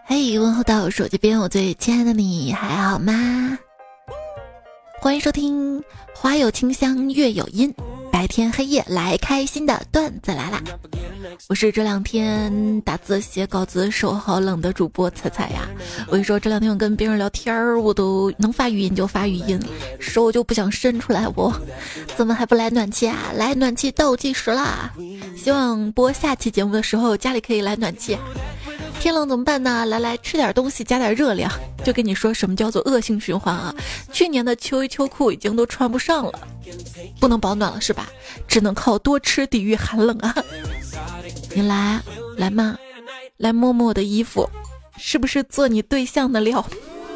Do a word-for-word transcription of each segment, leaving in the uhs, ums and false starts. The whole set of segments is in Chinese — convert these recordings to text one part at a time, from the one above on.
嘿，问候到手机边，我最亲爱的你还好吗？欢迎收听花有清香月有阴，白天黑夜来开心的段子来啦！我是这两天打字写稿子手好冷的主播彩彩呀。我跟你说，这两天我跟别人聊天儿，我都能发语音就发语音，手就不想伸出来。我怎么还不来暖气啊？来暖气倒计时啦！希望播下期节目的时候家里可以来暖气。天冷怎么办呢？来来吃点东西，加点热量。就跟你说什么叫做恶性循环啊！去年的秋衣秋裤已经都穿不上了，不能保暖了是吧？只能靠多吃抵御寒冷啊！你来来嘛，来摸摸我的衣服，是不是做你对象的料？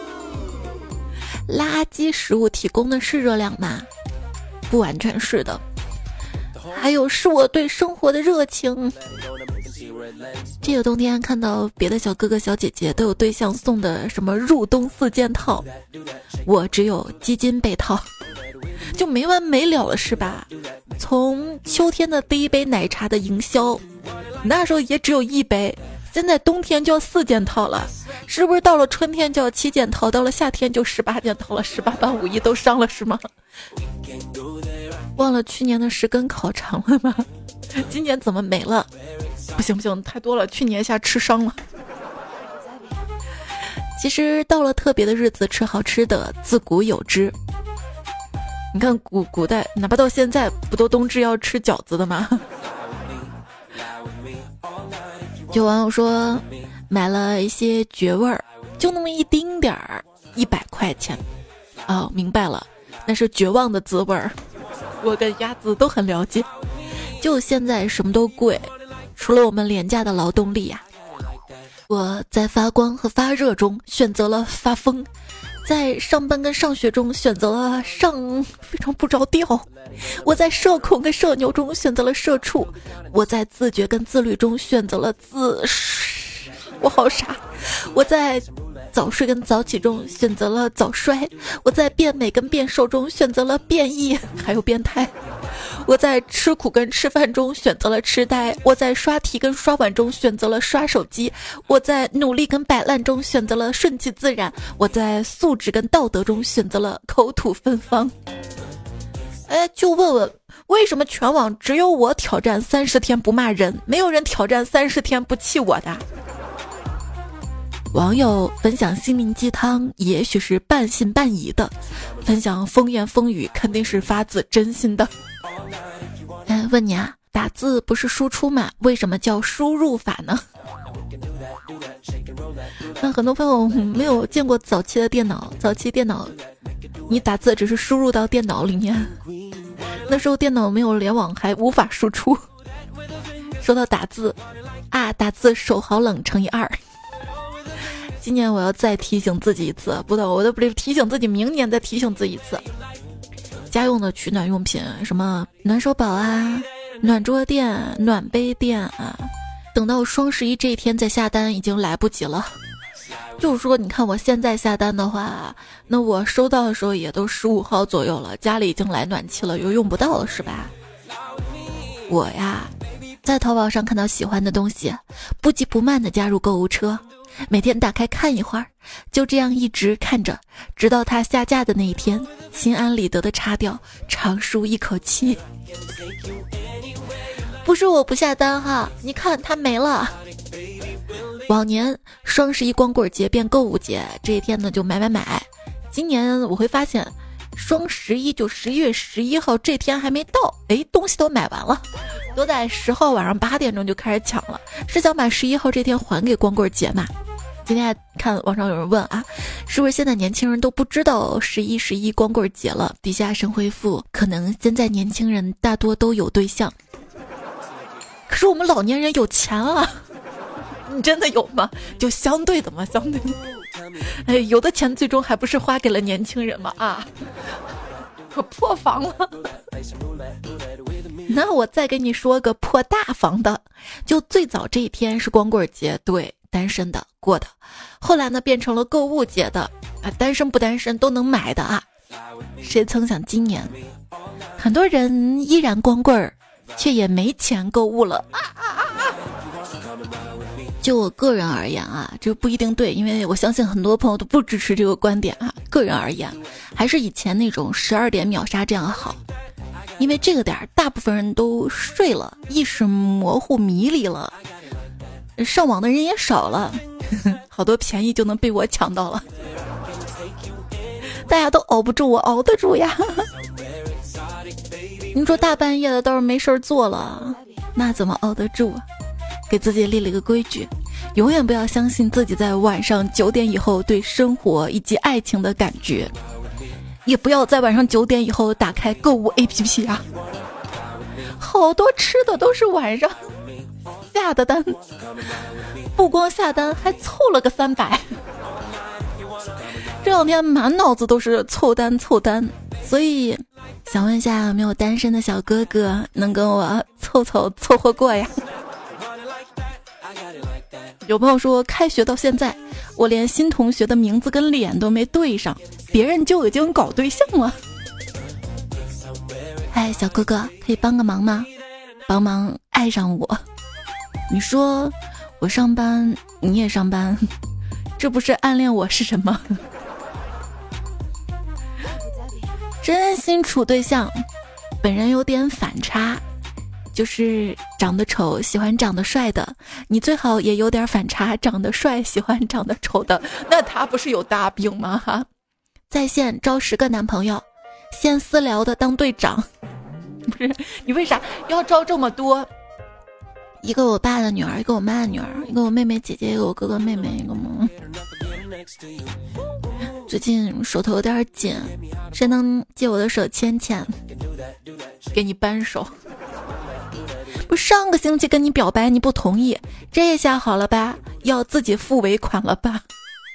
垃圾食物提供的是热量吗？不完全是的，还有是我对生活的热情。这个冬天看到别的小哥哥小姐姐都有对象送的什么入冬四件套，我只有基金被套，就没完没了了是吧？从秋天的第一杯奶茶的营销，那时候也只有一杯，现在冬天就要四件套了，是不是到了春天就要七件套，到了夏天就十八件套了？十八般武艺都上了是吗？忘了去年的十根烤肠了吗？今年怎么没了？不行不行，太多了，去年一下吃伤了。其实到了特别的日子吃好吃的自古有之。你看古古代哪怕到现在不都冬至要吃饺子的吗？有网友说买了一些绝味儿，就那么一丁点儿，一百块钱。哦，明白了，那是绝望的滋味儿。我跟鸭子都很了解。就现在什么都贵，除了我们廉价的劳动力呀、啊。我在发光和发热中选择了发疯，在上班跟上学中选择了上，非常不着调。我在社恐跟社牛中选择了社畜，我在自觉跟自律中选择了自，我好傻。我在早睡跟早起中选择了早衰，我在变美跟变瘦中选择了变异，还有变态。我在吃苦跟吃饭中选择了痴呆，我在刷题跟刷碗中选择了刷手机，我在努力跟摆烂中选择了顺其自然，我在素质跟道德中选择了口吐芬芳。哎，就问问为什么全网只有我挑战三十天不骂人，没有人挑战三十天不气我的？网友分享心灵鸡汤也许是半信半疑的，分享风言风语肯定是发自真心的。哎，问你啊，打字不是输出吗？为什么叫输入法呢？那很多朋友没有见过早期的电脑，早期电脑你打字只是输入到电脑里面，那时候电脑没有联网，还无法输出。说到打字啊，打字手好冷乘以二。今年我要再提醒自己一次，不对，我都不是提醒自己，明年再提醒自己一次。家用的取暖用品，什么暖手宝啊、暖桌垫、暖杯垫啊，等到双十一这一天再下单已经来不及了。就是说，你看我现在下单的话，那我收到的时候也都十五号左右了，家里已经来暖气了，又用不到了，是吧？我呀，在淘宝上看到喜欢的东西，不急不慢地加入购物车。每天打开看一会儿，就这样一直看着，直到它下架的那一天，心安理得的擦掉，长舒一口气。不是我不下单哈，你看它没了。往年双十一光棍节变购物节，这一天呢就买买买。今年我会发现，双十一就十一月十一号这天还没到，哎，东西都买完了，都在十号晚上八点钟就开始抢了，是想把十一号这天还给光棍节嘛？今天看网上有人问啊，是不是现在年轻人都不知道十一十一光棍节了？底下神回复，可能现在年轻人大多都有对象，可是我们老年人有钱啊，你真的有吗？就相对的嘛，相对的。哎，有的钱最终还不是花给了年轻人吗？啊，我破防了。那我再给你说个破大防的，就最早这一天是光棍节，对，单身的过的，后来呢变成了购物节的啊，单身不单身都能买的啊。谁曾想今年很多人依然光棍儿，却也没钱购物了啊啊啊啊！ 就我个人而言啊，这不一定对，因为我相信很多朋友都不支持这个观点啊。个人而言，还是以前那种十二点秒杀这样好，因为这个点儿大部分人都睡了，意识模糊迷离了，上网的人也少了，好多便宜就能被我抢到了。大家都熬不住，我熬得住呀。你说大半夜的倒是没事儿做了，那怎么熬得住啊？给自己立了一个规矩，永远不要相信自己在晚上九点以后对生活以及爱情的感觉，也不要在晚上九点以后打开购物 A P P 啊。好多吃的都是晚上下的单，不光下单还凑了个三百。这两天满脑子都是凑单凑单，所以想问一下有没有单身的小哥哥能跟我凑凑凑合过呀？有朋友说开学到现在我连新同学的名字跟脸都没对上，别人就已经搞对象了。哎，小哥哥可以帮个忙吗？帮忙爱上我。你说我上班你也上班，这不是暗恋我是什么？真心处对象，本人有点反差，就是长得丑喜欢长得帅的，你最好也有点反差，长得帅喜欢长得丑的，那他不是有大病吗？哈，在线招十个男朋友，先私聊的当队长。不是，你为啥要招这么多？一个我爸的女儿，一个我妈的女儿，一个我妹妹姐姐，一个我哥哥妹妹，一个我。最近手头有点紧，谁能借我的手牵牵？给你扳手。不，上个星期跟你表白你不同意，这下好了吧？要自己付尾款了吧？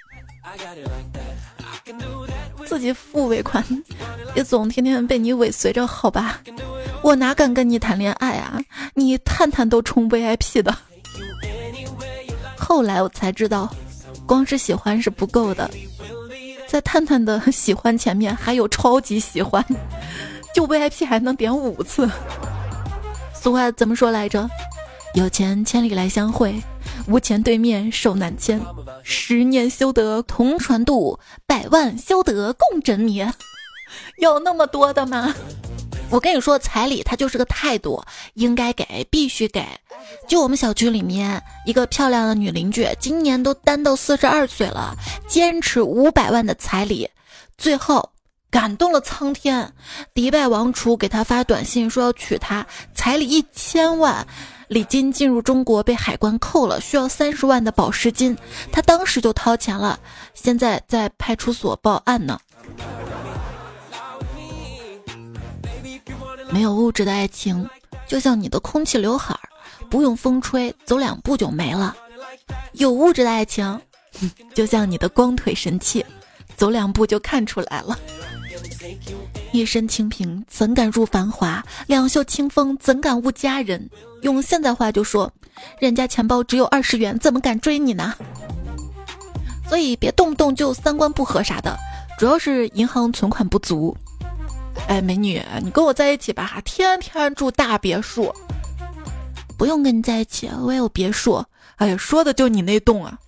自己付尾款，也总天天被你尾随着，好吧？我哪敢跟你谈恋爱啊？你探探都充 V I P 的。后来我才知道，光是喜欢是不够的，在探探的喜欢前面还有超级喜欢，就 V I P 还能点五次。俗话怎么说来着？有钱千里来相会，无钱对面手难牵。十年修得同船渡，百万修得共枕眠。有那么多的吗？我跟你说，彩礼它就是个态度，应该给，必须给。就我们小区里面一个漂亮的女邻居，今年都单到四十二岁了，坚持五百万的彩礼，最后感动了苍天，迪拜王储给她发短信说要娶她，彩礼一千万，礼金进入中国被海关扣了，需要三十万的保释金，她当时就掏钱了，现在在派出所报案呢。没有物质的爱情，就像你的空气刘海，不用风吹，走两步就没了；有物质的爱情，就像你的光腿神器，走两步就看出来了。一身清贫，怎敢入繁华？两袖清风，怎敢误佳人？用现在话就说，人家钱包只有二十元，怎么敢追你呢？所以别动不动就三观不合啥的，主要是银行存款不足。哎，美女，你跟我在一起吧，天天住大别墅。不用跟你在一起，我也有别墅。哎呀，说的就你那栋啊。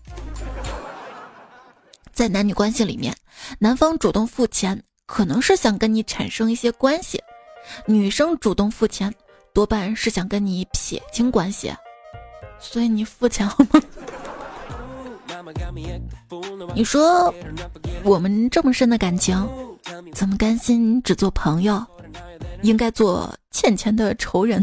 在男女关系里面，男方主动付钱，可能是想跟你产生一些关系；女生主动付钱，多半是想跟你撇清关系。所以你付钱好吗？你说我们这么深的感情，怎么甘心只做朋友？应该做欠钱的仇人。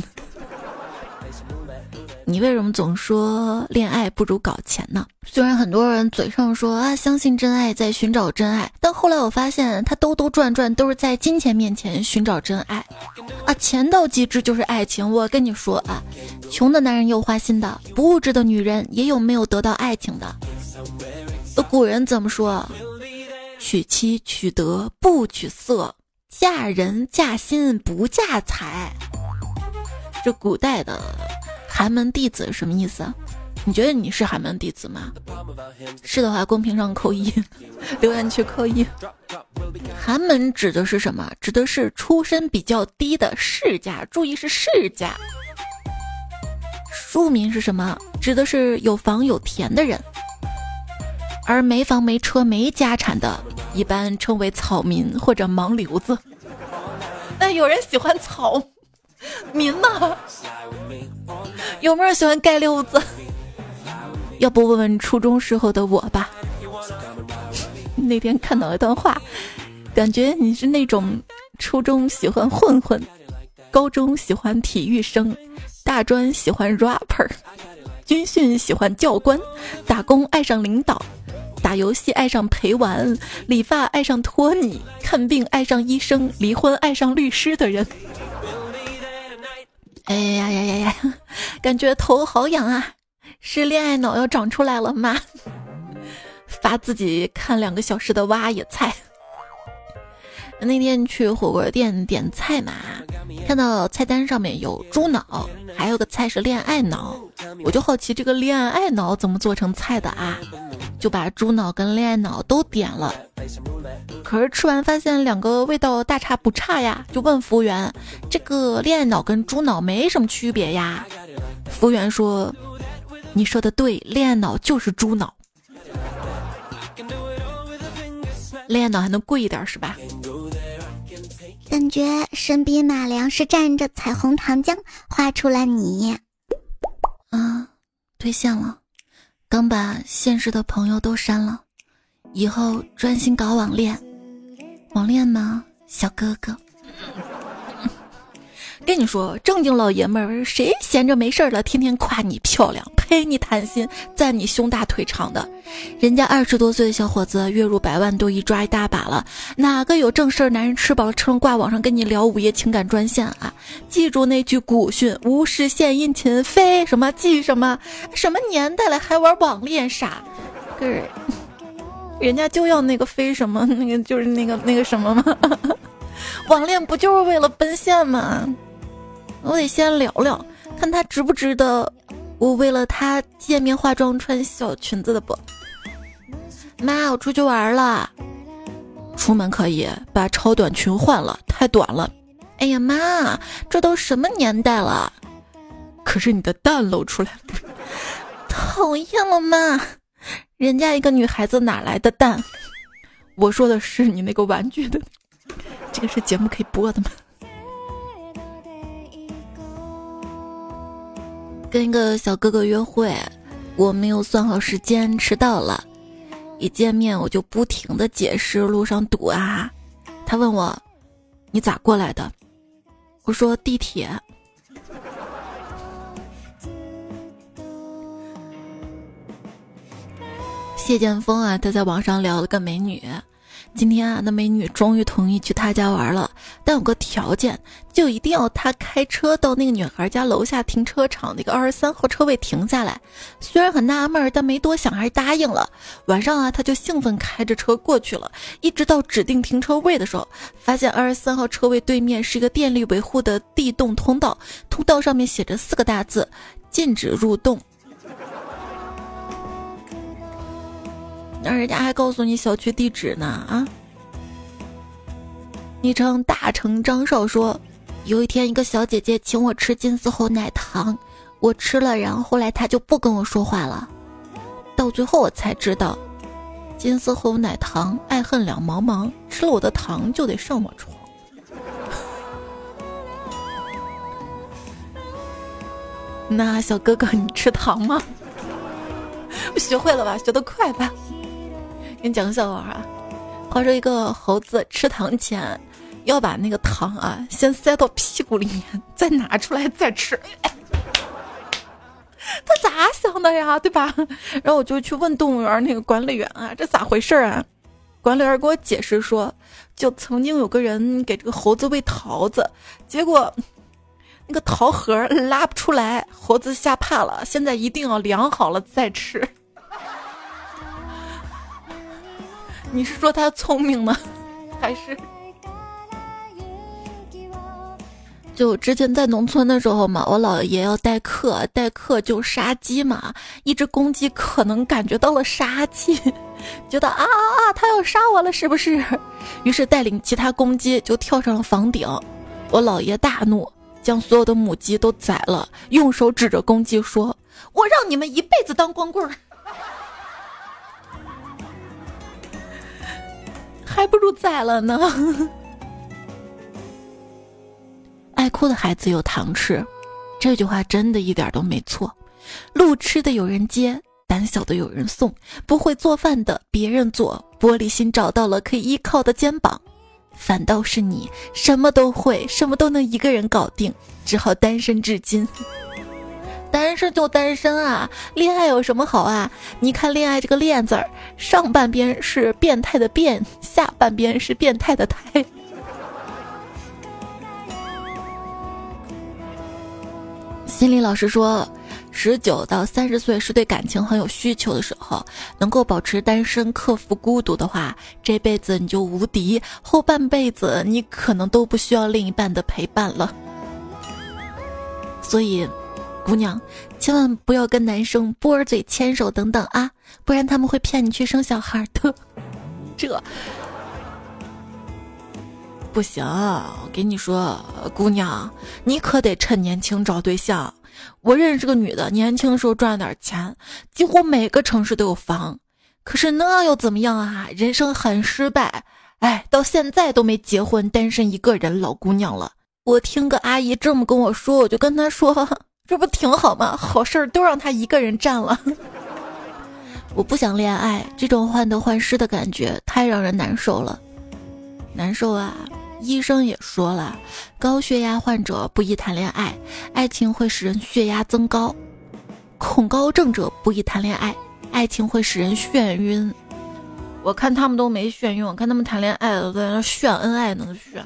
你为什么总说恋爱不如搞钱呢？虽然很多人嘴上说啊相信真爱，在寻找真爱，但后来我发现他兜兜转转都是在金钱面前寻找真爱啊！钱到极致就是爱情。我跟你说啊，穷的男人有花心的，不物质的女人也有没有得到爱情的。古人怎么说？娶妻娶德不娶色，嫁人嫁心不嫁财。这古代的寒门弟子什么意思？你觉得你是寒门弟子吗？是的话，公屏上扣一，留言区扣一。寒门指的是什么？指的是出身比较低的世家，注意是世家。 庶民是什么？指的是有房有田的人，而没房没车没家产的，一般称为草民或者盲流子。那有人喜欢草民吗？有没有人喜欢街溜子？要不问问初中时候的我吧。那天看到一段话，感觉你是那种初中喜欢混混，高中喜欢体育生，大专喜欢 rapper， 军训喜欢教官，打工爱上领导，打游戏爱上陪玩，理发爱上托尼，看病爱上医生，离婚爱上律师的人。哎呀呀呀呀，感觉头好痒啊！是恋爱脑要长出来了吗？罚自己看两个小时的挖野菜。那天去火锅店点菜嘛，看到菜单上面有猪脑，还有个菜是恋爱脑，我就好奇这个恋爱脑怎么做成菜的啊，就把猪脑跟恋爱脑都点了。可是吃完发现两个味道大差不差呀，就问服务员，这个恋爱脑跟猪脑没什么区别呀？服务员说，你说的对，恋爱脑就是猪脑，恋爱脑还能贵一点是吧？ 感觉神笔马良是蘸着彩虹糖浆画出了你啊，兑现了，刚把现实的朋友都删了，以后专心搞网恋。网恋吗，小哥哥？跟你说，正经老爷们儿谁闲着没事儿了天天夸你漂亮，陪你谈心，赞你胸大腿长的？人家二十多岁的小伙子月入百万都一抓一大把了，哪个有正事儿男人吃饱了撑挂网上跟你聊午夜情感专线啊？记住那句古训，无事献殷勤，非什么记什么。什么年代了还玩网恋傻？可是人家就要那个非什么，那个就是那个那个什么吗？网恋不就是为了奔现吗？我得先聊聊，看他值不值得我为了他见面化妆穿小裙子的不。妈，我出去玩了。出门可以，把超短裙换了，太短了。哎呀妈，这都什么年代了？可是你的蛋露出来了。讨厌了妈，人家一个女孩子哪来的蛋？我说的是你那个玩具的。这个是节目可以播的吗？跟一个小哥哥约会，我没有算好时间，迟到了。一见面我就不停的解释路上堵啊。他问我，你咋过来的？我说地铁。谢剑锋啊，他在网上聊了个美女。今天啊，那美女终于同意去他家玩了，但有个条件，就一定要他开车到那个女孩家楼下停车场那个二十三号车位停下来。虽然很纳闷，但没多想还是答应了。晚上啊，他就兴奋开着车过去了，一直到指定停车位的时候，发现二十三号车位对面是一个电力维护的地洞通道，通道上面写着四个大字：禁止入洞。那人家还告诉你小区地址呢啊！昵称大成张少说，有一天一个小姐姐请我吃金丝猴奶糖，我吃了，然后后来她就不跟我说话了。到最后我才知道，金丝猴奶糖爱恨两茫茫，吃了我的糖就得上我床。那小哥哥，你吃糖吗？我学会了吧？学得快吧？给你讲个笑话啊。话说一个猴子吃糖前要把那个糖啊先塞到屁股里面，再拿出来再吃。哎，他咋想的呀，对吧？然后我就去问动物园那个管理员啊，这咋回事啊？管理员给我解释说，就曾经有个人给这个猴子喂桃子，结果那个桃核拉不出来，猴子吓怕了，现在一定要量好了再吃。你是说他聪明吗？还是就之前在农村的时候嘛，我姥爷要代课，代课就杀鸡嘛，一只公鸡可能感觉到了杀气，觉得啊啊他要杀我了是不是？于是带领其他公鸡就跳上了房顶。我姥爷大怒， 将所有的母鸡都宰了，用手指着公鸡说：“我让你们一辈子当光棍儿，还不如宰了呢。”爱哭的孩子有糖吃，这句话真的一点都没错。路痴的有人接，胆小的有人送，不会做饭的别人做，玻璃心找到了可以依靠的肩膀。反倒是你什么都会，什么都能一个人搞定，只好单身至今。单身就单身啊，恋爱有什么好啊？你看恋爱这个恋字儿，上半边是变态的变，下半边是变态的态。心理老师说，十九到三十岁是对感情很有需求的时候，能够保持单身克服孤独的话，这辈子你就无敌，后半辈子你可能都不需要另一半的陪伴了。所以姑娘千万不要跟男生波尔嘴牵手等等啊，不然他们会骗你去生小孩的。这不行，我跟你说，姑娘，你可得趁年轻找对象。我认识个女的，年轻的时候赚点钱，几乎每个城市都有房，可是那又怎么样啊？人生很失败，哎，到现在都没结婚，单身一个人，老姑娘了。我听个阿姨这么跟我说，我就跟她说，这不挺好吗？好事儿都让她一个人占了。我不想恋爱，这种患得患失的感觉太让人难受了。难受啊！医生也说了，高血压患者不宜谈恋爱，爱情会使人血压增高；恐高症者不宜谈恋爱，爱情会使人眩晕。我看他们都没眩晕，我看他们谈恋爱了，在那炫恩爱呢，炫。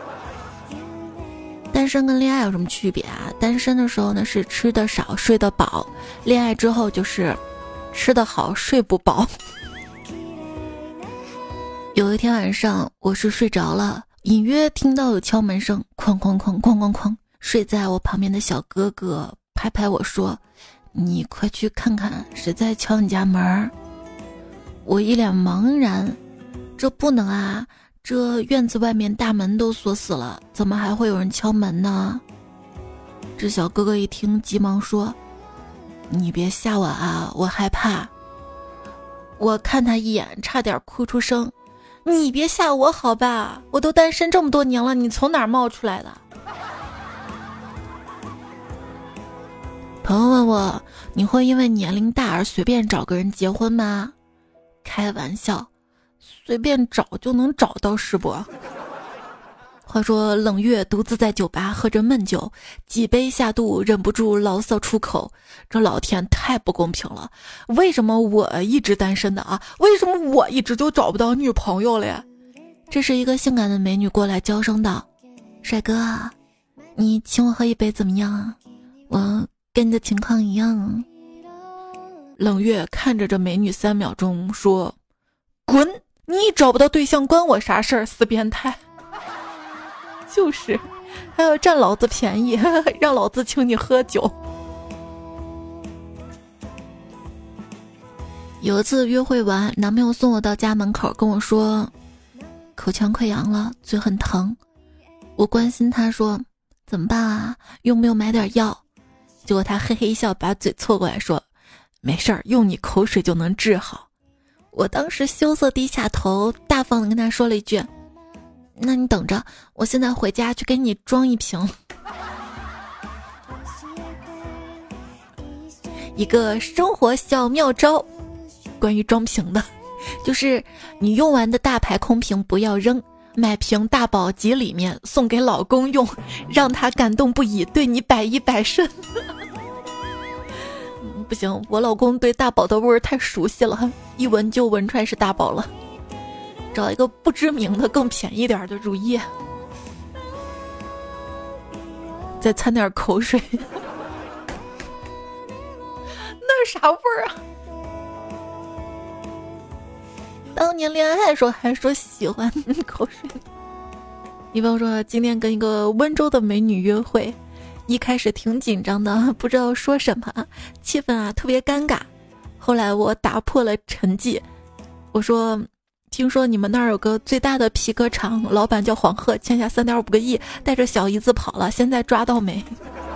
单身跟恋爱有什么区别啊？单身的时候呢是吃得少睡得饱，恋爱之后就是吃得好睡不饱。有一天晚上我是睡着了，隐约听到有敲门声，哐哐哐哐哐哐。睡在我旁边的小哥哥拍拍我说：“你快去看看谁在敲你家门。”我一脸茫然，这不能啊，这院子外面大门都锁死了，怎么还会有人敲门呢？这小哥哥一听急忙说：“你别吓我啊，我害怕。”我看他一眼，差点哭出声。你别吓我好吧，我都单身这么多年了，你从哪儿冒出来的？朋友问我，你会因为年龄大而随便找个人结婚吗？开玩笑，随便找就能找到是不？话说冷月独自在酒吧喝着闷酒，几杯下肚，忍不住牢骚出口，这老天太不公平了，为什么我一直单身的啊？为什么我一直就找不到女朋友了呀？这是一个性感的美女过来娇声道：“帅哥，你请我喝一杯怎么样啊？我跟你的情况一样啊。”冷月看着这美女三秒钟说：“滚！你找不到对象关我啥事儿，死变态！就是，还要占老子便宜，让老子请你喝酒。”有一次约会完，男朋友送我到家门口，跟我说口腔溃疡了，嘴很疼。我关心他说怎么办啊，用不用买点药？结果他嘿嘿一笑，把嘴凑过来说没事儿，用你口水就能治好。我当时羞涩低下头，大方的跟他说了一句：“那你等着，我现在回家去给你装一瓶。”一个生活小妙招，关于装瓶的，就是你用完的大牌空瓶不要扔，买瓶大宝集里面送给老公用，让他感动不已，对你百依百顺。不行，我老公对大宝的味儿太熟悉了，一闻就闻出来是大宝了。找一个不知名的更便宜点的乳液，再掺点口水。那啥味儿啊？当年恋爱的时候还说喜欢口水。你比方说今天跟一个温州的美女约会，一开始挺紧张的，不知道说什么，气氛啊特别尴尬。后来我打破了沉寂，我说听说你们那儿有个最大的皮革厂，老板叫黄鹤，欠下三点五个亿，带着小姨子跑了，现在抓到没？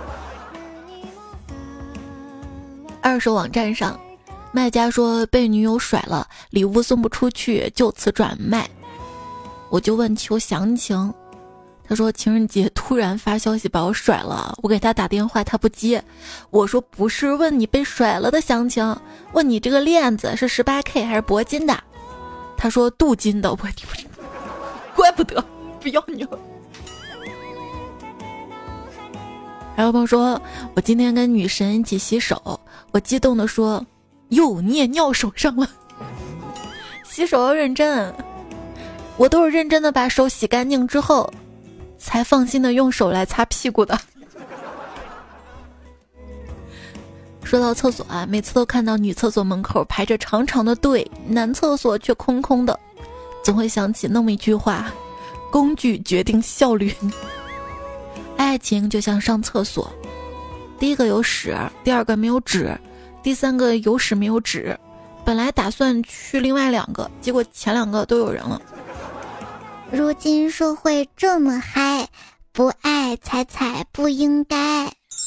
二手网站上，卖家说被女友甩了，礼物送不出去，就此转卖。我就问求详情，他说情人节突然发消息把我甩了，我给他打电话他不接。我说不是问你被甩了的详情，问你这个链子是 十八K 还是铂金的。他说镀金的，我怪不得不要你了。还有朋友说我今天跟女神一起洗手，我激动地说哟，你也尿手上了。洗手要认真，我都是认真的把手洗干净之后才放心的用手来擦屁股的。说到厕所啊，每次都看到女厕所门口排着长长的队，男厕所却空空的，总会想起那么一句话：工具决定效率。爱情就像上厕所，第一个有屎，第二个没有纸，第三个有屎没有纸。本来打算去另外两个，结果前两个都有人了。 如今社会这么嗨，不爱彩彩不应该。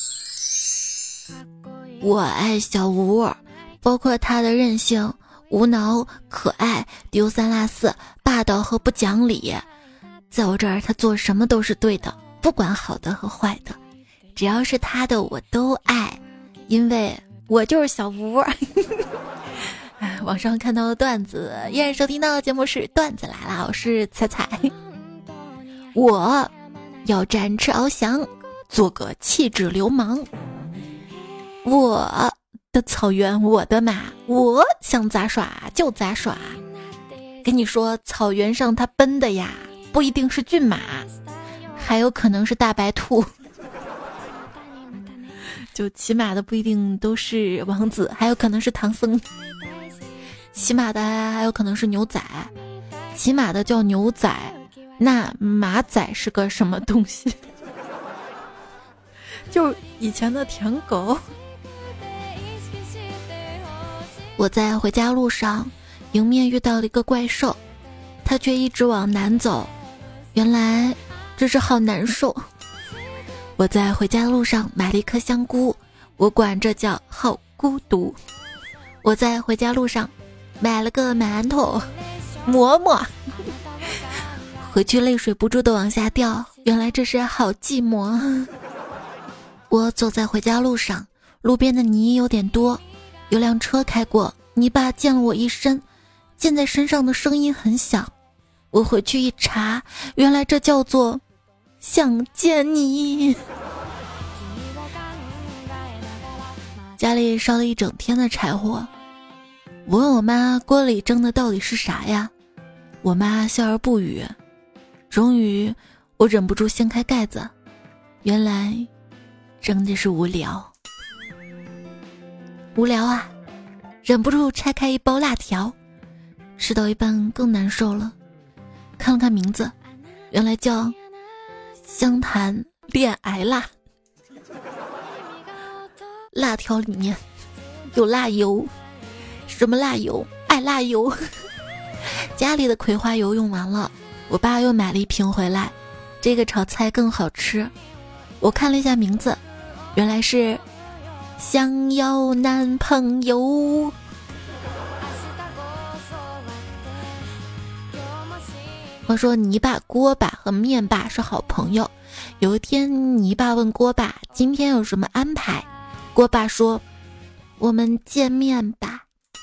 我爱小吴，包括他的任性、无脑、可爱、丢三落四、霸道和不讲理。在我这儿，他做什么都是对的，不管好的和坏的，只要是他的我都爱，因为我就是小吴。网上看到的段子，依然收听到的节目是段子来了，我是彩彩。我要展翅翱翔，做个气质流氓。我的草原，我的马，我想咋耍就咋耍。跟你说，草原上它奔的呀，不一定是骏马，还有可能是大白兔。就骑马的不一定都是王子，还有可能是唐僧。骑马的还有可能是牛仔，骑马的叫牛仔，那马仔是个什么东西？就以前的舔狗。我在回家路上迎面遇到了一个怪兽，他却一直往南走，原来这是好难受。我在回家路上买了一颗香菇，我管这叫好孤独。我在回家路上买了个馒头馍馍，回去泪水不住的往下掉，原来这是好寂寞。我走在回家路上，路边的泥有点多，有辆车开过，泥巴溅了我一身，溅在身上的声音很响。我回去一查，原来这叫做想见你。家里烧了一整天的柴火，我问我妈锅里蒸的到底是啥呀？我妈笑而不语。终于我忍不住掀开盖子，原来蒸的是无聊。无聊啊，忍不住拆开一包辣条，吃到一半更难受了。看了看名字，原来叫湘潭恋爱辣。辣条里面有辣油，什么辣油？爱辣油。家里的葵花油用完了，我爸又买了一瓶回来，这个炒菜更好吃。我看了一下名字，原来是想要男朋友。我说泥巴、锅巴和面巴是好朋友。有一天泥巴问锅巴今天有什么安排，锅巴说我们见面吧。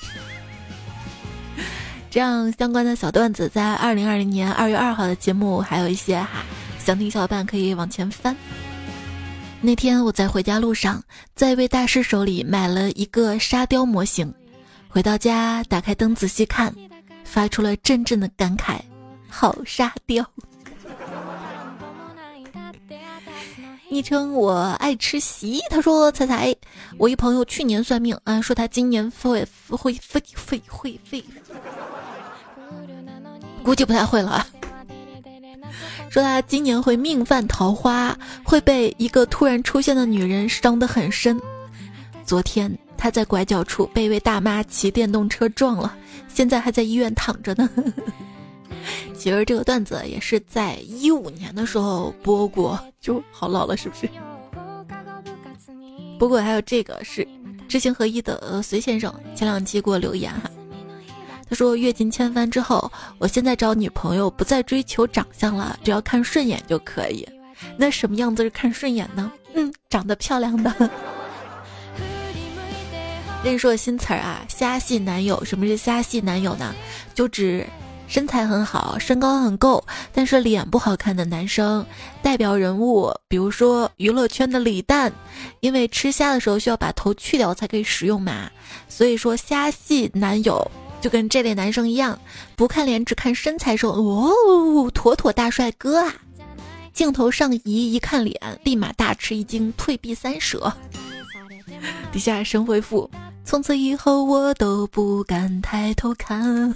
这样相关的小段子在二零二零年二月二号的节目还有一些哈，想听小伙伴可以往前翻。那天我在回家路上，在一位大师手里买了一个沙雕模型，回到家打开灯仔细看，发出了阵阵的感慨，好沙雕。昵称我爱吃席，他说彩彩，我一朋友去年算命啊，说他今年会会会会会会，估计不太会了啊。说他今年会命犯桃花，会被一个突然出现的女人伤得很深。昨天他在拐角处被一位大妈骑电动车撞了，现在还在医院躺着呢。其实这个段子也是在一五年的时候播过，就好老了是不是？不过还有这个是知行合一的隋先生前两期给我留言哈，他说阅尽千帆之后，我现在找女朋友不再追求长相了，只要看顺眼就可以。那什么样子是看顺眼呢？嗯，长得漂亮的。跟你说个新词儿啊，虾系男友。什么是虾系男友呢？就指身材很好，身高很够，但是脸不好看的男生。代表人物比如说娱乐圈的李诞，因为吃虾的时候需要把头去掉才可以食用嘛，所以说虾系男友就跟这类男生一样，不看脸只看身材说哦，妥妥大帅哥啊。镜头上移一看脸，立马大吃一惊，退避三舍。底下神回复，从此以后我都不敢抬头看。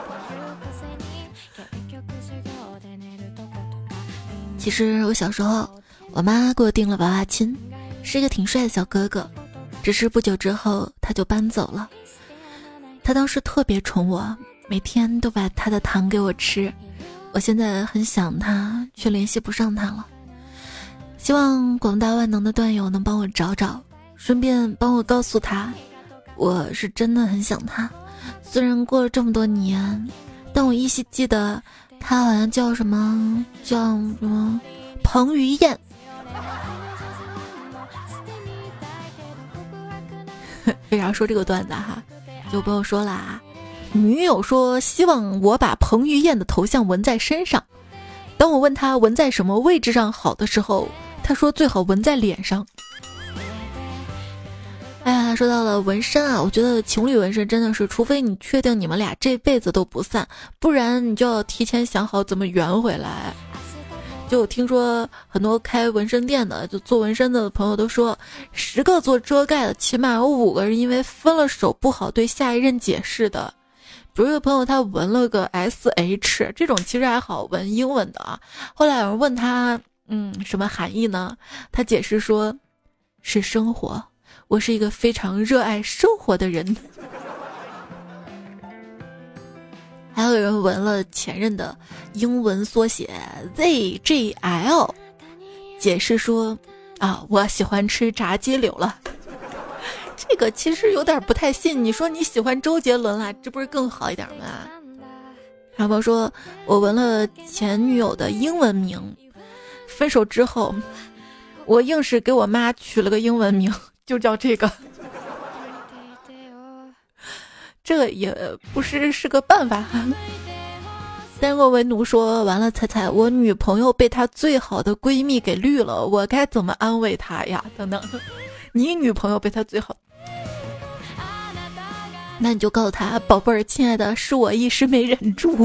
其实我小时候，我妈给我订了娃娃亲，是一个挺帅的小哥哥，只是不久之后他就搬走了。他当时特别宠我，每天都把他的糖给我吃。我现在很想他，却联系不上他了。希望广大万能的段友能帮我找找，顺便帮我告诉他，我是真的很想他。虽然过了这么多年，但我依稀记得他好像叫什么叫什么彭于晏。为啥说这个段子哈？就不用说了啊。女友说希望我把彭于晏的头像纹在身上，当我问他纹在什么位置上好的时候，他说最好纹在脸上。哎呀，说到了纹身啊，我觉得情侣纹身真的是，除非你确定你们俩这辈子都不散，不然你就要提前想好怎么圆回来。就听说很多开纹身店的，就做纹身的朋友都说，十个做遮盖的，起码有五个人因为分了手不好对下一任解释的。比如有朋友他纹了个 S H， 这种其实还好纹英文的啊。后来有人问他，嗯，什么含义呢？他解释说，是生活，我是一个非常热爱生活的人。还有人纹了前任的英文缩写 Z G L， 解释说，啊，我喜欢吃炸鸡柳了。这个其实有点不太信，你说你喜欢周杰伦啦，这不是更好一点吗？然后说我纹了前女友的英文名，分手之后我硬是给我妈取了个英文名，就叫这个。这个也不是是个办法。单若为奴说，完了彩彩，我女朋友被她最好的闺蜜给绿了，我该怎么安慰她呀？等等，你女朋友被她最好，那你就告诉她，宝贝儿，亲爱的，是我一时没忍住。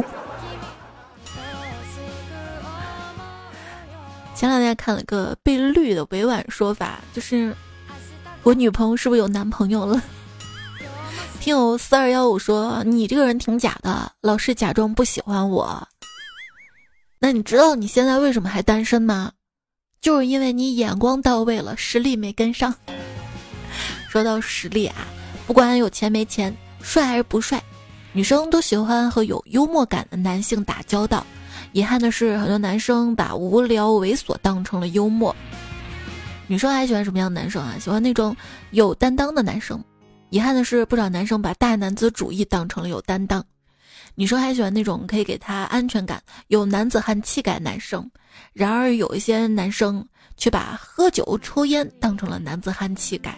前两天看了个被绿的委婉说法，就是我女朋友是不是有男朋友了？听友四二幺五说，你这个人挺假的，老是假装不喜欢我。那你知道你现在为什么还单身吗？就是因为你眼光到位了，实力没跟上。说到实力啊，不管有钱没钱，帅还是不帅，女生都喜欢和有幽默感的男性打交道。遗憾的是，很多男生把无聊猥琐当成了幽默。女生还喜欢什么样的男生啊？喜欢那种有担当的男生。遗憾的是，不少男生把大男子主义当成了有担当。女生还喜欢那种可以给他安全感、有男子汉气概的男生。然而有一些男生却把喝酒抽烟当成了男子汉气概。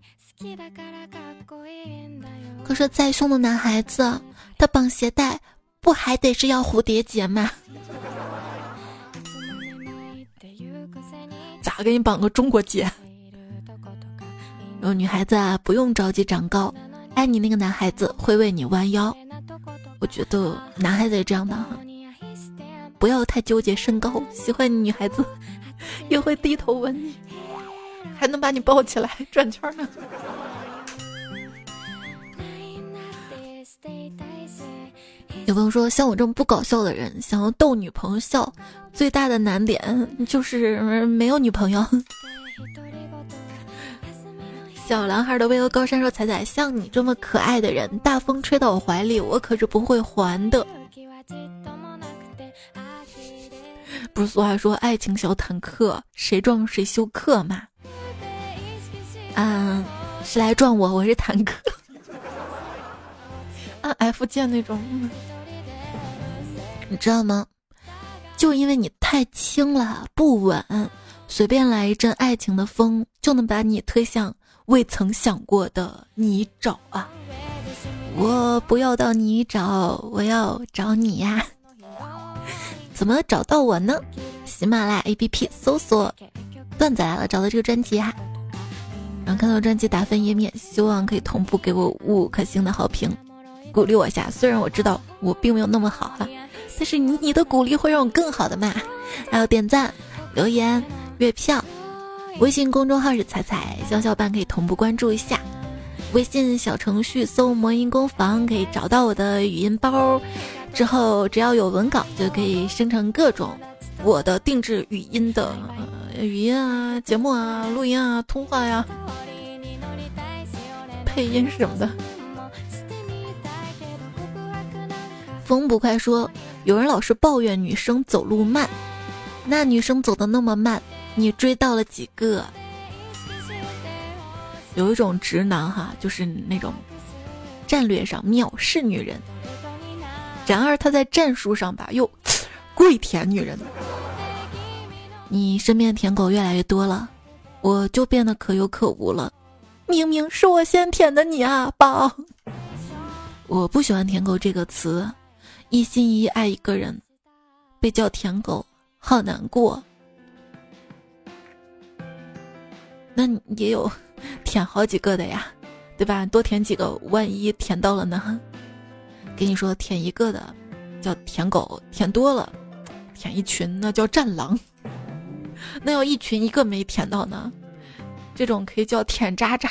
可是再凶的男孩子，他绑鞋带不还得是要蝴蝶结吗？咋给你绑个中国结？然后女孩子啊，不用着急长高，爱你那个男孩子会为你弯腰。我觉得男孩子也这样的，不要太纠结身高，喜欢你女孩子也会低头吻你，还能把你抱起来转圈呢。有朋友说，像我这种不搞笑的人想要逗女朋友笑，最大的难点就是没有女朋友。 小男孩的巍峨高山说：彩彩，像你这么可爱的人，大风吹到我怀里，我可是不会还的。不是俗话说爱情小坦克，谁撞谁休克嘛？嗯，是来撞我，我是坦克。按 F 键那种，你知道吗？就因为你太轻了，不稳，随便来一阵爱情的风，就能把你推向未曾想过的泥沼啊！我不要到泥沼，我要找你呀！怎么找到我呢？喜马拉雅 A P P 搜索段子来了，找到这个专辑哈、啊，然后看到专辑打分页面，希望可以同步给我五颗星的好评，鼓励我一下。虽然我知道我并没有那么好哈、啊，但是你你的鼓励会让我更好的嘛。还有点赞、留言、月票，微信公众号是彩彩，小小伴可以同步关注一下。微信小程序搜魔音工坊可以找到我的语音包，之后只要有文稿就可以生成各种我的定制语音的、呃、语音啊、节目啊、录音啊、通话呀、配音什么的。风不快说，有人老是抱怨女生走路慢，那女生走得那么慢，你追到了几个？有一种直男哈，就是那种战略上藐视女人，然而他在战术上吧又跪舔女人。你身边舔狗越来越多了，我就变得可有可无了。明明是我先舔的你啊，宝！我不喜欢舔狗这个词，一心一意爱一个人，被叫舔狗，好难过。那你也有舔好几个的呀，对吧？多舔几个，万一舔到了呢？跟你说，舔一个的叫舔狗，舔多了，舔一群那叫战狼。那要一群一个没舔到呢，这种可以叫舔渣渣。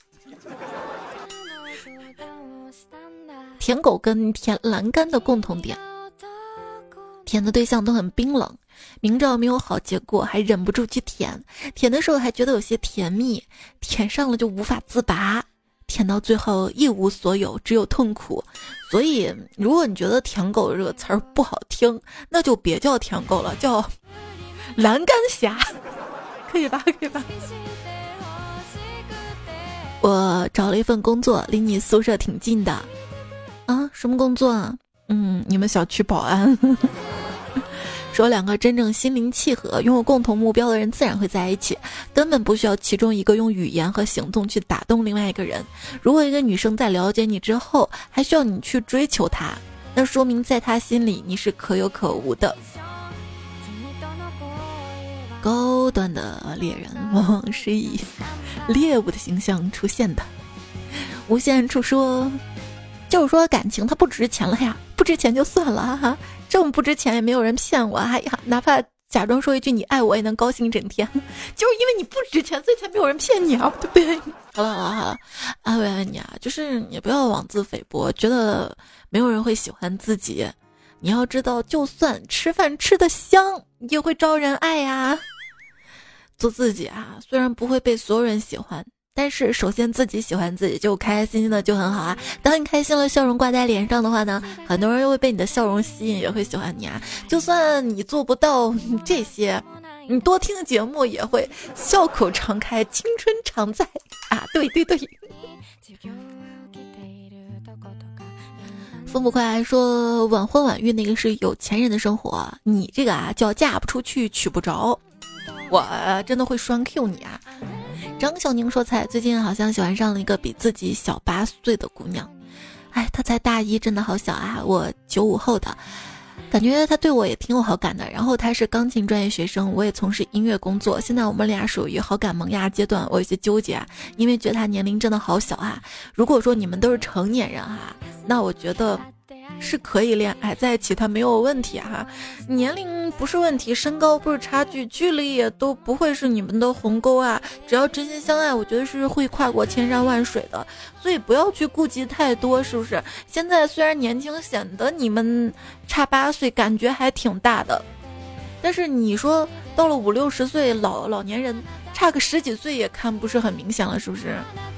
舔狗跟舔栏杆的共同点，舔的对象都很冰冷，明知道没有好结果还忍不住去舔，舔的时候还觉得有些甜蜜，舔上了就无法自拔，舔到最后一无所有，只有痛苦。所以如果你觉得舔狗这个词儿不好听，那就别叫舔狗了，叫栏杆侠，可以吧？可以吧？我找了一份工作，离你宿舍挺近的。啊，什么工作啊？嗯，你们小区保安。说两个真正心灵契合、拥有共同目标的人自然会在一起，根本不需要其中一个用语言和行动去打动另外一个人。如果一个女生在了解你之后，还需要你去追求她，那说明在她心里你是可有可无的。高端的猎人往往是以猎物的形象出现的。无限处说，就是说感情它不值钱了呀，不值钱就算了哈哈，这么不值钱也没有人骗我，哎呀，哪怕假装说一句你爱我也能高兴一整天，就是因为你不值钱，所以才没有人骗你啊，对不对？好了好了好了，安慰安慰你啊，就是你不要妄自菲薄，觉得没有人会喜欢自己。你要知道，就算吃饭吃得香，也会招人爱呀。做自己啊，虽然不会被所有人喜欢，但是首先自己喜欢自己，就开开心心的就很好啊。当你开心了，笑容挂在脸上的话呢，很多人又会被你的笑容吸引，也会喜欢你啊。就算你做不到这些，你多听节目也会笑口常开，青春常在啊！对对对。风不快说，晚婚晚育那个是有钱人的生活，你这个啊叫嫁不出去娶不着，我真的会双 Q 你啊。张小宁说，菜最近好像喜欢上了一个比自己小八岁的姑娘，哎，她才大一，真的好小啊。我九五后的，感觉她对我也挺有好感的。然后她是钢琴专业学生，我也从事音乐工作，现在我们俩属于好感萌芽阶段，我有些纠结啊，因为觉得她年龄真的好小啊。如果说你们都是成年人啊，那我觉得是可以恋爱在一起，它没有问题哈，年龄不是问题，身高不是差距，距离也都不会是你们的鸿沟啊。只要真心相爱，我觉得是会跨过千山万水的，所以不要去顾及太多，是不是？现在虽然年轻，显得你们差八岁，感觉还挺大的，但是你说到了五六十岁，老老年人差个十几岁也看不是很明显了，是不是？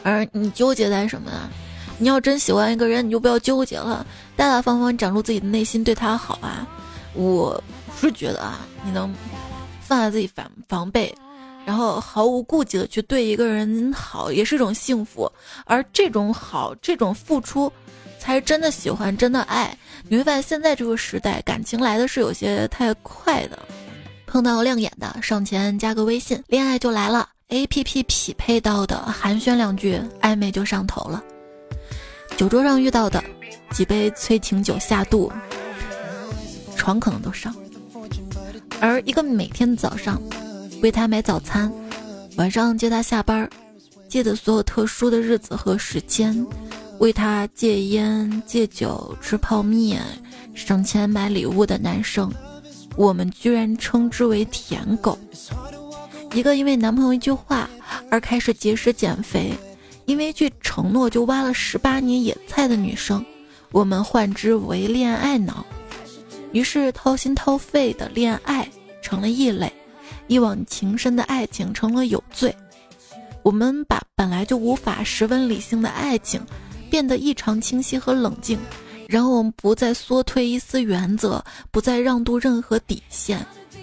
而你纠结在什么啊？你要真喜欢一个人，你就不要纠结了，大大方方展露自己的内心，对他好啊。我是觉得啊，你能放下自己防防备，然后毫无顾忌的去对一个人好，也是一种幸福。而这种好，这种付出，才是真的喜欢，真的爱。你会发现现在这个时代，感情来的是有些太快的。碰到亮眼的，上前加个微信，恋爱就来了。A P P 匹配到的，寒暄两句，暧昧就上头了。酒桌上遇到的，几杯催情酒下肚，床可能都上。而一个每天早上为他买早餐，晚上接他下班，借的所有特殊的日子和时间，为他戒烟戒酒吃泡面，省钱买礼物的男生，我们居然称之为舔狗。一个因为男朋友一句话而开始节食减肥，因为一句承诺就挖了十八年野菜的女生，我们唤之为恋爱脑。于是掏心掏肺的恋爱成了异类，一往情深的爱情成了有罪。我们把本来就无法十分理性的爱情变得异常清晰和冷静，然后我们不再缩退一丝原则，不再让渡任何底线。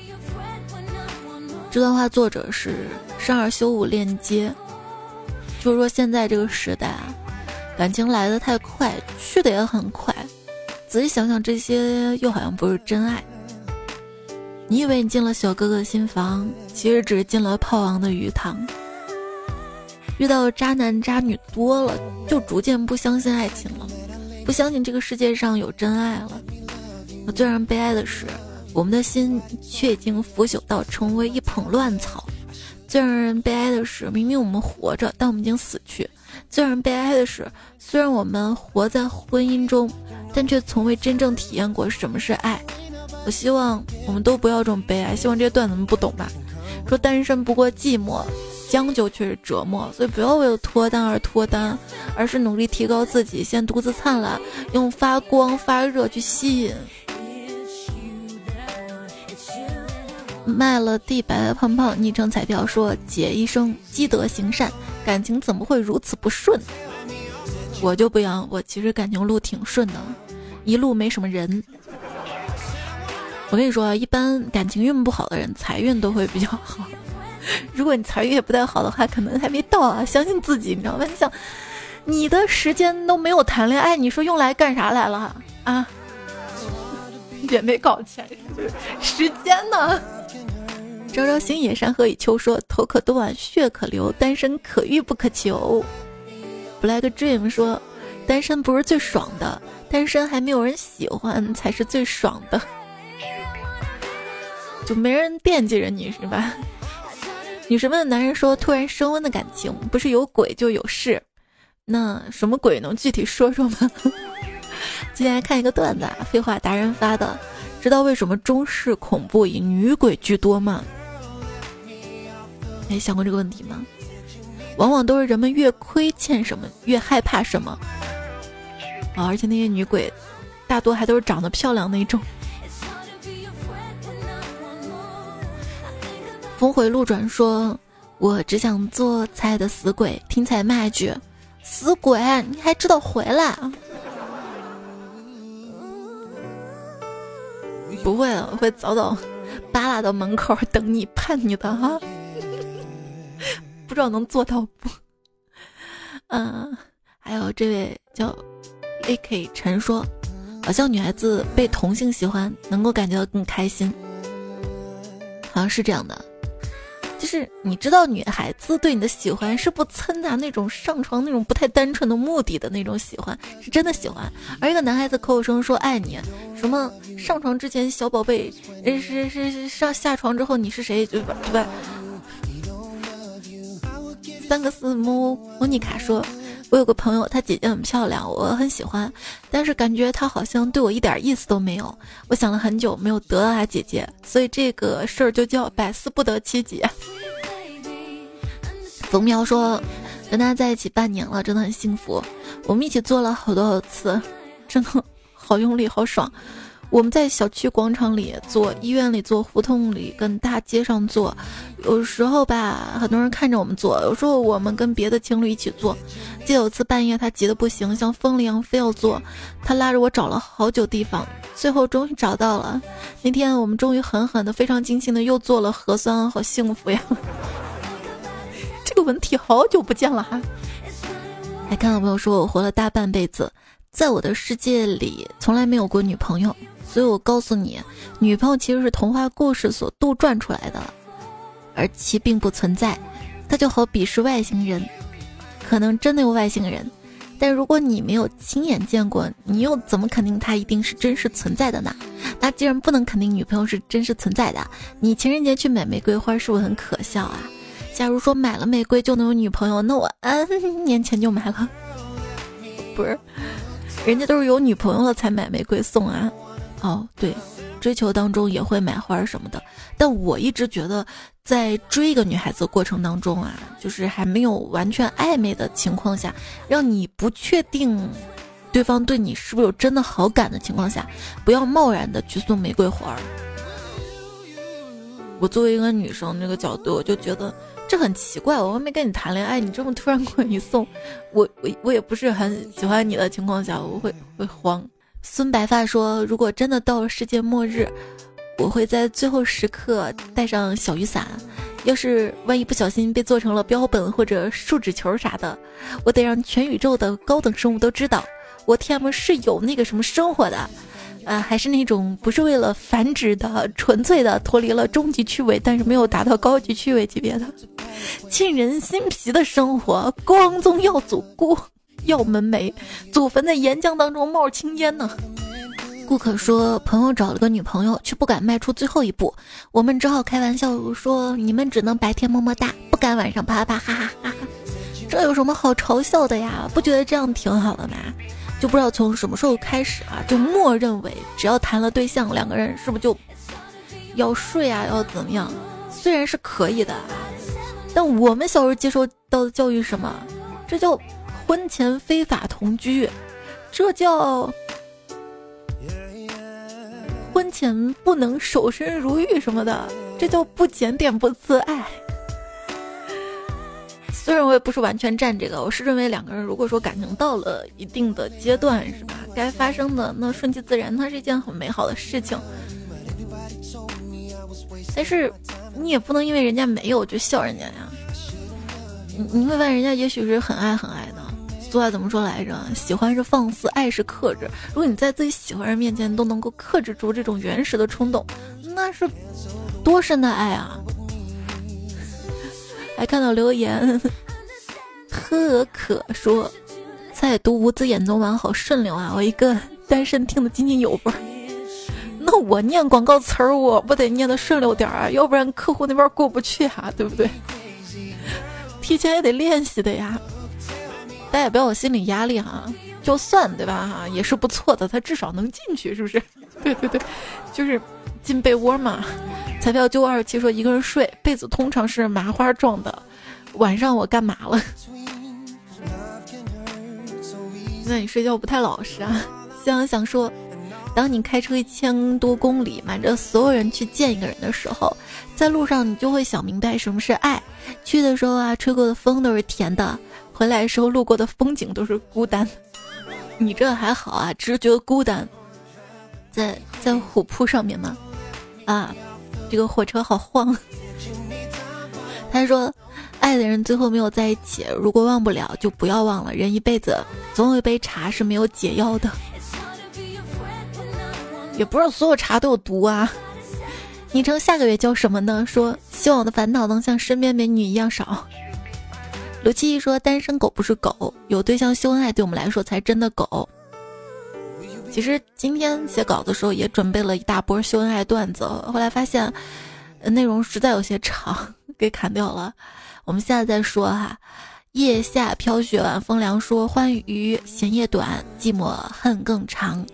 这段话作者是上二修五链接，就是说现在这个时代啊，感情来得太快，去的也很快。仔细想想，这些又好像不是真爱。你以为你进了小哥哥心房，其实只是进了炮王的鱼塘。遇到渣男渣女多了，就逐渐不相信爱情了，不相信这个世界上有真爱了。最让人悲哀的是，我们的心却已经腐朽到成为一捧乱草。最让人悲哀的是，明明我们活着，但我们已经死去。最让人悲哀的是，虽然我们活在婚姻中，但却从未真正体验过什么是爱。我希望我们都不要这种悲哀，希望这些段子们不懂吧。说单身不过寂寞，将就却是折磨，所以不要为了脱单而脱单，而是努力提高自己，先独自灿烂，用发光发热去吸引。卖了地白的胖胖昵称彩票说，姐一生积德行善，感情怎么会如此不顺？我就不一样，我其实感情路挺顺的，一路没什么人。我跟你说，一般感情运不好的人财运都会比较好，如果你财运也不太好的话，可能还没到啊。相信自己，你知道吧？你想你的时间都没有谈恋爱，你说用来干啥来了啊？也没搞钱，时间呢？朝朝星野山河已秋说，头可断血可流，单身可遇不可求。 Black Dream 说，单身不是最爽的，单身还没有人喜欢才是最爽的，就没人惦记着你是吧？女神们的男人说，突然升温的感情不是有鬼就有事，那什么鬼能具体说说吗？今天来看一个段子啊，废话达人发的，知道为什么中式恐怖以女鬼居多吗？没想过这个问题吗？往往都是人们越亏欠什么越害怕什么啊，而且那些女鬼大多还都是长得漂亮那种。峰回路转说，我只想做菜的死鬼，听彩骂一句，死鬼你还知道回来？不会了，我会早早扒拉到门口等你盼你的哈。不知道能做到不？嗯，还有这位叫 A K 陈说，好像女孩子被同性喜欢能够感觉到更开心，好像是这样的。就是你知道女孩子对你的喜欢是不掺杂那种上床那种不太单纯的目的的那种喜欢，是真的喜欢。而一个男孩子口口声声说爱你，什么上床之前小宝贝，是是是上下床之后你是谁，对吧？对吧？三个字莫莫妮卡说，我有个朋友，她姐姐很漂亮，我很喜欢，但是感觉她好像对我一点意思都没有。我想了很久没有得到她姐姐，所以这个事儿就叫百思不得其解。冯苗说，跟他在一起半年了，真的很幸福，我们一起做了好多好次，真的好用力好爽。 我们在小区广场里坐，医院里坐，胡同里跟大街上坐。有时候吧，很多人看着我们坐，有时候我们跟别的情侣一起坐。记得有次半夜，他急得不行，像疯了一样非要坐，他拉着我找了好久地方，最后终于找到了。那天我们终于狠狠的、非常尽兴的又做了核酸，好幸福呀！这个文体好久不见了哈。还看到朋友说我活了大半辈子，在我的世界里从来没有过女朋友，所以我告诉你，女朋友其实是童话故事所杜撰出来的，而其并不存在。它就好比是外星人，可能真的有外星人，但如果你没有亲眼见过，你又怎么肯定它一定是真实存在的呢？那既然不能肯定女朋友是真实存在的，你情人节去买玫瑰花是不是很可笑啊？假如说买了玫瑰就能有女朋友，那我 N 年前就买了。不是，人家都是有女朋友了才买玫瑰送啊。哦，对，追求当中也会买花什么的，但我一直觉得在追一个女孩子的过程当中啊，就是还没有完全暧昧的情况下，让你不确定对方对你是不是有真的好感的情况下，不要贸然的去送玫瑰花。我作为一个女生这个角度，我就觉得这很奇怪，我还没跟你谈恋爱，你这么突然过来一送我，我我也不是很喜欢你的情况下，我会会慌。孙白发说，如果真的到了世界末日，我会在最后时刻带上小雨伞，要是万一不小心被做成了标本或者树脂球啥的，我得让全宇宙的高等生物都知道我 T M 是有那个什么生活的，呃，还是那种不是为了繁殖的，纯粹的脱离了终极趣味，但是没有达到高级趣味级别的沁人心脾的生活。光宗耀祖，孤耀门楣，祖坟在岩浆当中冒青烟呢。顾客说朋友找了个女朋友，却不敢迈出最后一步，我们只好开玩笑说你们只能白天么么哒，不敢晚上啪啪哈哈哈哈。这有什么好嘲笑的呀？不觉得这样挺好的吗？就不知道从什么时候开始啊，就默认为只要谈了对象，两个人是不是就要睡啊，要怎么样？虽然是可以的啊，但我们小时候接受到的教育是什么？这叫婚前非法同居，这叫婚前不能守身如玉什么的，这叫不检点不自爱。虽然我也不是完全站这个，我是认为两个人如果说感情到了一定的阶段，是吧？该发生的那顺其自然，它是一件很美好的事情。但是你也不能因为人家没有就笑人家呀。你你会发现人家也许是很爱很爱的。俗话怎么说来着？喜欢是放肆，爱是克制。如果你在自己喜欢人面前都能够克制住这种原始的冲动，那是多深的爱啊！还看到留言，呵可说在读无字演奏完好顺溜啊，我一个单身听得津津有味。那我念广告词儿，我不得念得顺溜点啊，要不然客户那边过不去啊，对不对？提前也得练习的呀。大家也不要有心理压力哈，就算对吧哈，也是不错的，他至少能进去，是不是？对对对，就是进被窝嘛。彩票九五二七说一个人睡，被子通常是麻花状的，晚上我干嘛了？那你睡觉不太老实啊。想想说，当你开车一千多公里，瞒着所有人去见一个人的时候，在路上你就会想明白什么是爱。去的时候啊，吹过的风都是甜的，回来的时候路过的风景都是孤单。你这还好啊，只是觉得孤单。在在虎扑上面嘛，啊，这个火车好晃。他说爱的人最后没有在一起，如果忘不了就不要忘了，人一辈子总有一杯茶是没有解药的。也不是所有茶都有毒啊。昵称下个月叫什么呢？说希望我的烦恼能像身边美女一样少。卢七一说单身狗不是狗，有对象秀恩爱对我们来说才真的狗。其实今天写稿的时候也准备了一大波秀恩爱段子，后来发现内容实在有些长，给砍掉了。我们下次再说哈。夜下飘雪晚风凉说欢愉闲夜短，寂寞恨更长。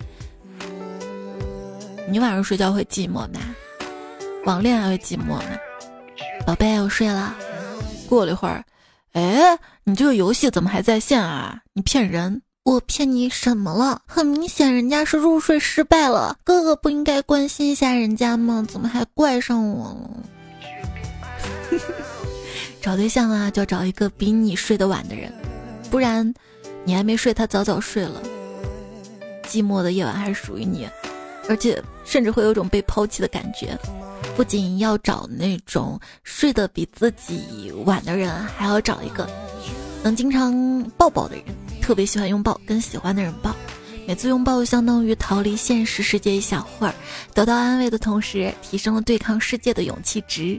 你晚上睡觉会寂寞吗？网恋还会寂寞吗？宝贝，我睡了。过了一会儿，哎，你这个游戏怎么还在线啊？你骗人！ 我骗你什么了？很明显人家是入睡失败了，哥哥不应该关心一下人家吗？怎么还怪上我了？找对象啊，就找一个比你睡得晚的人，不然你还没睡，他早早睡了。寂寞的夜晚还是属于你，而且甚至会有种被抛弃的感觉。不仅要找那种睡得比自己晚的人，还要找一个能经常抱抱的人，特别喜欢拥抱，跟喜欢的人抱。每次拥抱相当于逃离现实世界一小会儿，得到安慰的同时，提升了对抗世界的勇气值。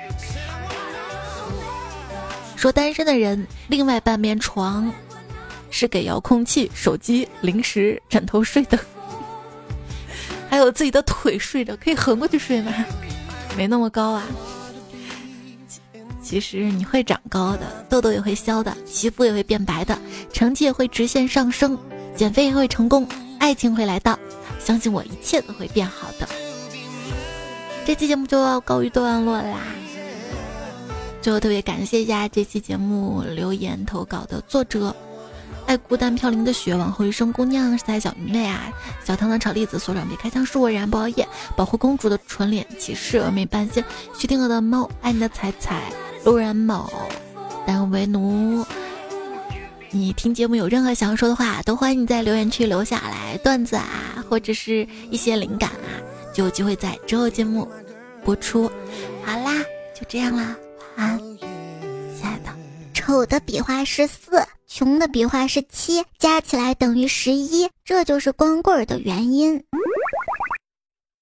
说单身的人，另外半边床是给遥控器、手机、零食、枕头睡的，还有自己的腿睡着，可以横过去睡吗？没那么高啊。其实你会长高的，痘痘也会消的，皮肤也会变白的，成绩也会直线上升，减肥也会成功，爱情会来到，相信我，一切都会变好的。这期节目就要告一段落啦。最后特别感谢一下这期节目留言投稿的作者爱孤单飘零的雪，往后余生姑娘，是在小迷妹啊，小糖糖炒栗子，所长别开枪，是我然不熬夜，保护公主的纯脸骑士，峨眉半仙，徐天鹅的猫，爱你的彩彩，路人某，但为奴。你听节目有任何想要说的话，都欢迎你在留言区留下来，段子啊，或者是一些灵感啊，就有机会在之后节目播出。好啦，就这样啦，晚安，亲爱的。 丑的笔画是四，穷的笔画是七，加起来等于十一，这就是光棍儿的原因。